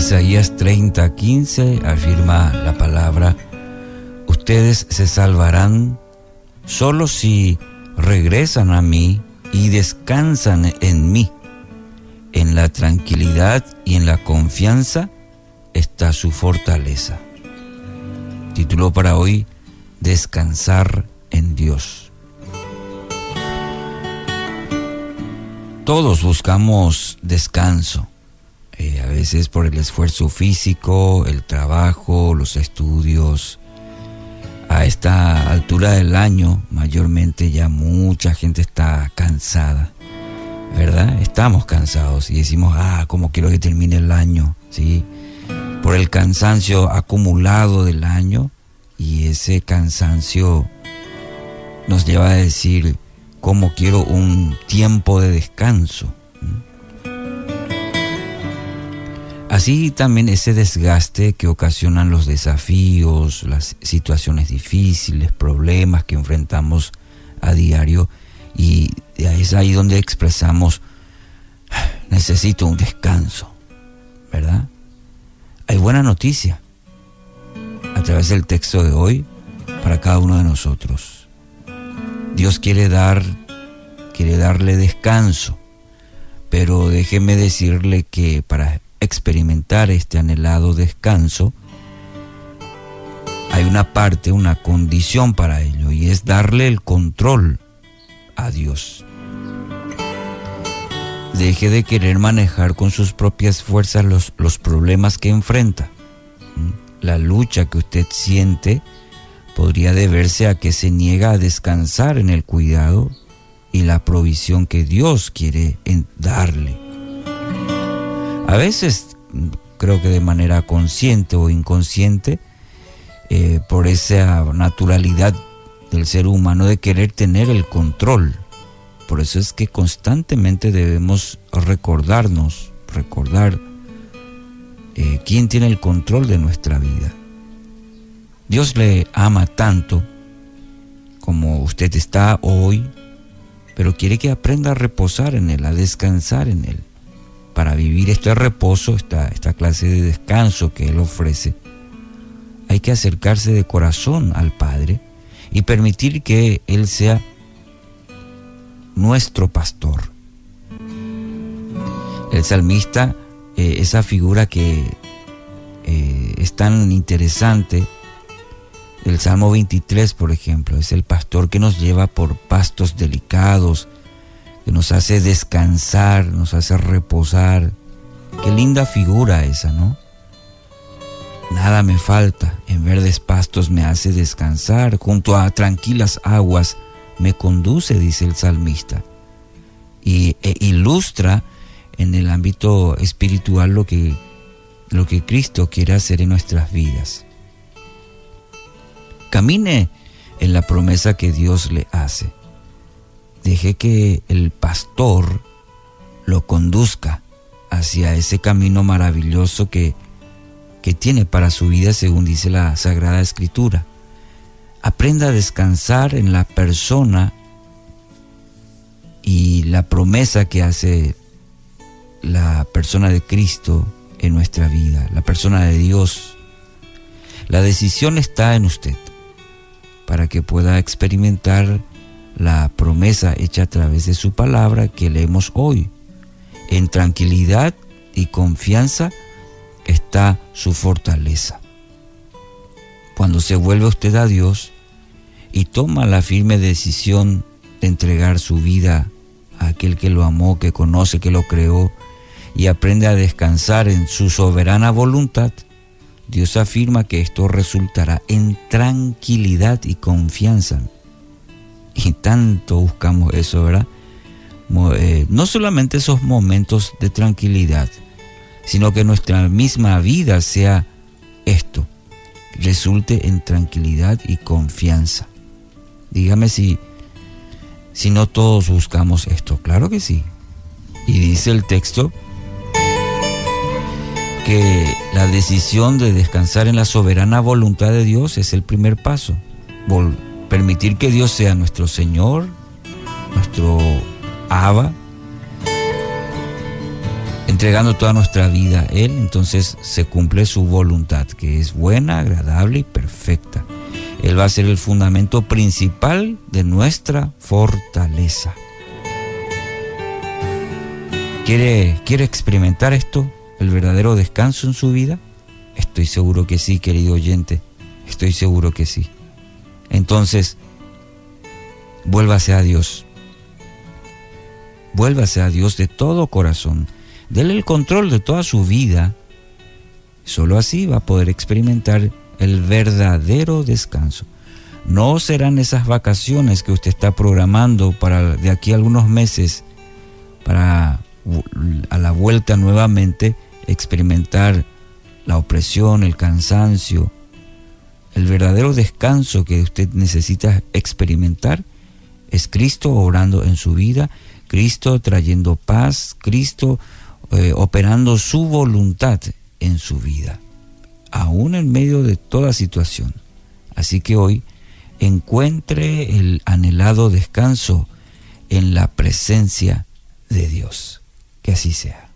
Isaías 30:15 afirma la palabra: ustedes se salvarán solo si regresan a mí y descansan en mí. En la tranquilidad y en la confianza está su fortaleza. Título para hoy: descansar en Dios. Todos buscamos descanso, a veces por el esfuerzo físico, el trabajo, los estudios. A esta altura del año, mayormente ya mucha gente está cansada, ¿verdad? Estamos cansados y decimos, cómo quiero que termine el año, ¿sí? Por el cansancio acumulado del año, y ese cansancio nos lleva a decir, cómo quiero un tiempo de descanso. Así también ese desgaste que ocasionan los desafíos, las situaciones difíciles, problemas que enfrentamos a diario, y es ahí donde expresamos, necesito un descanso, ¿verdad? Hay buena noticia a través del texto de hoy para cada uno de nosotros. Dios quiere darle descanso, pero déjeme decirle que para experimentar este anhelado descanso, hay una condición para ello, y es darle el control a Dios. Deje de querer manejar con sus propias fuerzas los problemas que enfrenta. La lucha que usted siente podría deberse a que se niega a descansar en el cuidado y la provisión que Dios quiere darle. A veces, creo que de manera consciente o inconsciente, por esa naturalidad del ser humano de querer tener el control. Por eso es que constantemente debemos recordar quién tiene el control de nuestra vida. Dios le ama tanto como usted está hoy, pero quiere que aprenda a reposar en Él, a descansar en Él. Para vivir este reposo, esta clase de descanso que Él ofrece, hay que acercarse de corazón al Padre y permitir que Él sea nuestro pastor. El salmista, esa figura que es tan interesante, el Salmo 23, por ejemplo, es el pastor que nos lleva por pastos delicados, que nos hace descansar, nos hace reposar. Qué linda figura esa, ¿no? Nada me falta, en verdes pastos me hace descansar, junto a tranquilas aguas me conduce, dice el salmista. Y ilustra en el ámbito espiritual lo que Cristo quiere hacer en nuestras vidas. Camine en la promesa que Dios le hace. Deje que el pastor lo conduzca hacia ese camino maravilloso que tiene para su vida, según dice la Sagrada Escritura. Aprenda a descansar en la persona y la promesa que hace la persona de Cristo en nuestra vida, la persona de Dios. La decisión está en usted para que pueda experimentar la promesa hecha a través de su palabra que leemos hoy. En tranquilidad y confianza está su fortaleza. Cuando se vuelve usted a Dios y toma la firme decisión de entregar su vida a aquel que lo amó, que conoce, que lo creó, y aprende a descansar en su soberana voluntad, Dios afirma que esto resultará en tranquilidad y confianza. Y tanto buscamos eso, ¿verdad? No solamente esos momentos de tranquilidad, sino que nuestra misma vida sea esto, resulte en tranquilidad y confianza. Dígame si no todos buscamos esto. Claro que sí. Y dice el texto que la decisión de descansar en la soberana voluntad de Dios es el primer paso. Permitir que Dios sea nuestro Señor, nuestro Abba, entregando toda nuestra vida a Él, entonces se cumple su voluntad, que es buena, agradable y perfecta. Él va a ser el fundamento principal de nuestra fortaleza. ¿Quiere experimentar esto, el verdadero descanso en su vida? Estoy seguro que sí, querido oyente, estoy seguro que sí. Entonces, vuélvase a Dios. Vuélvase a Dios de todo corazón. Dele el control de toda su vida. Solo así va a poder experimentar el verdadero descanso. No serán esas vacaciones que usted está programando para de aquí a algunos meses, para a la vuelta nuevamente experimentar la opresión, el cansancio. El verdadero descanso que usted necesita experimentar es Cristo obrando en su vida, Cristo trayendo paz, Cristo operando su voluntad en su vida, aún en medio de toda situación. Así que hoy encuentre el anhelado descanso en la presencia de Dios. Que así sea.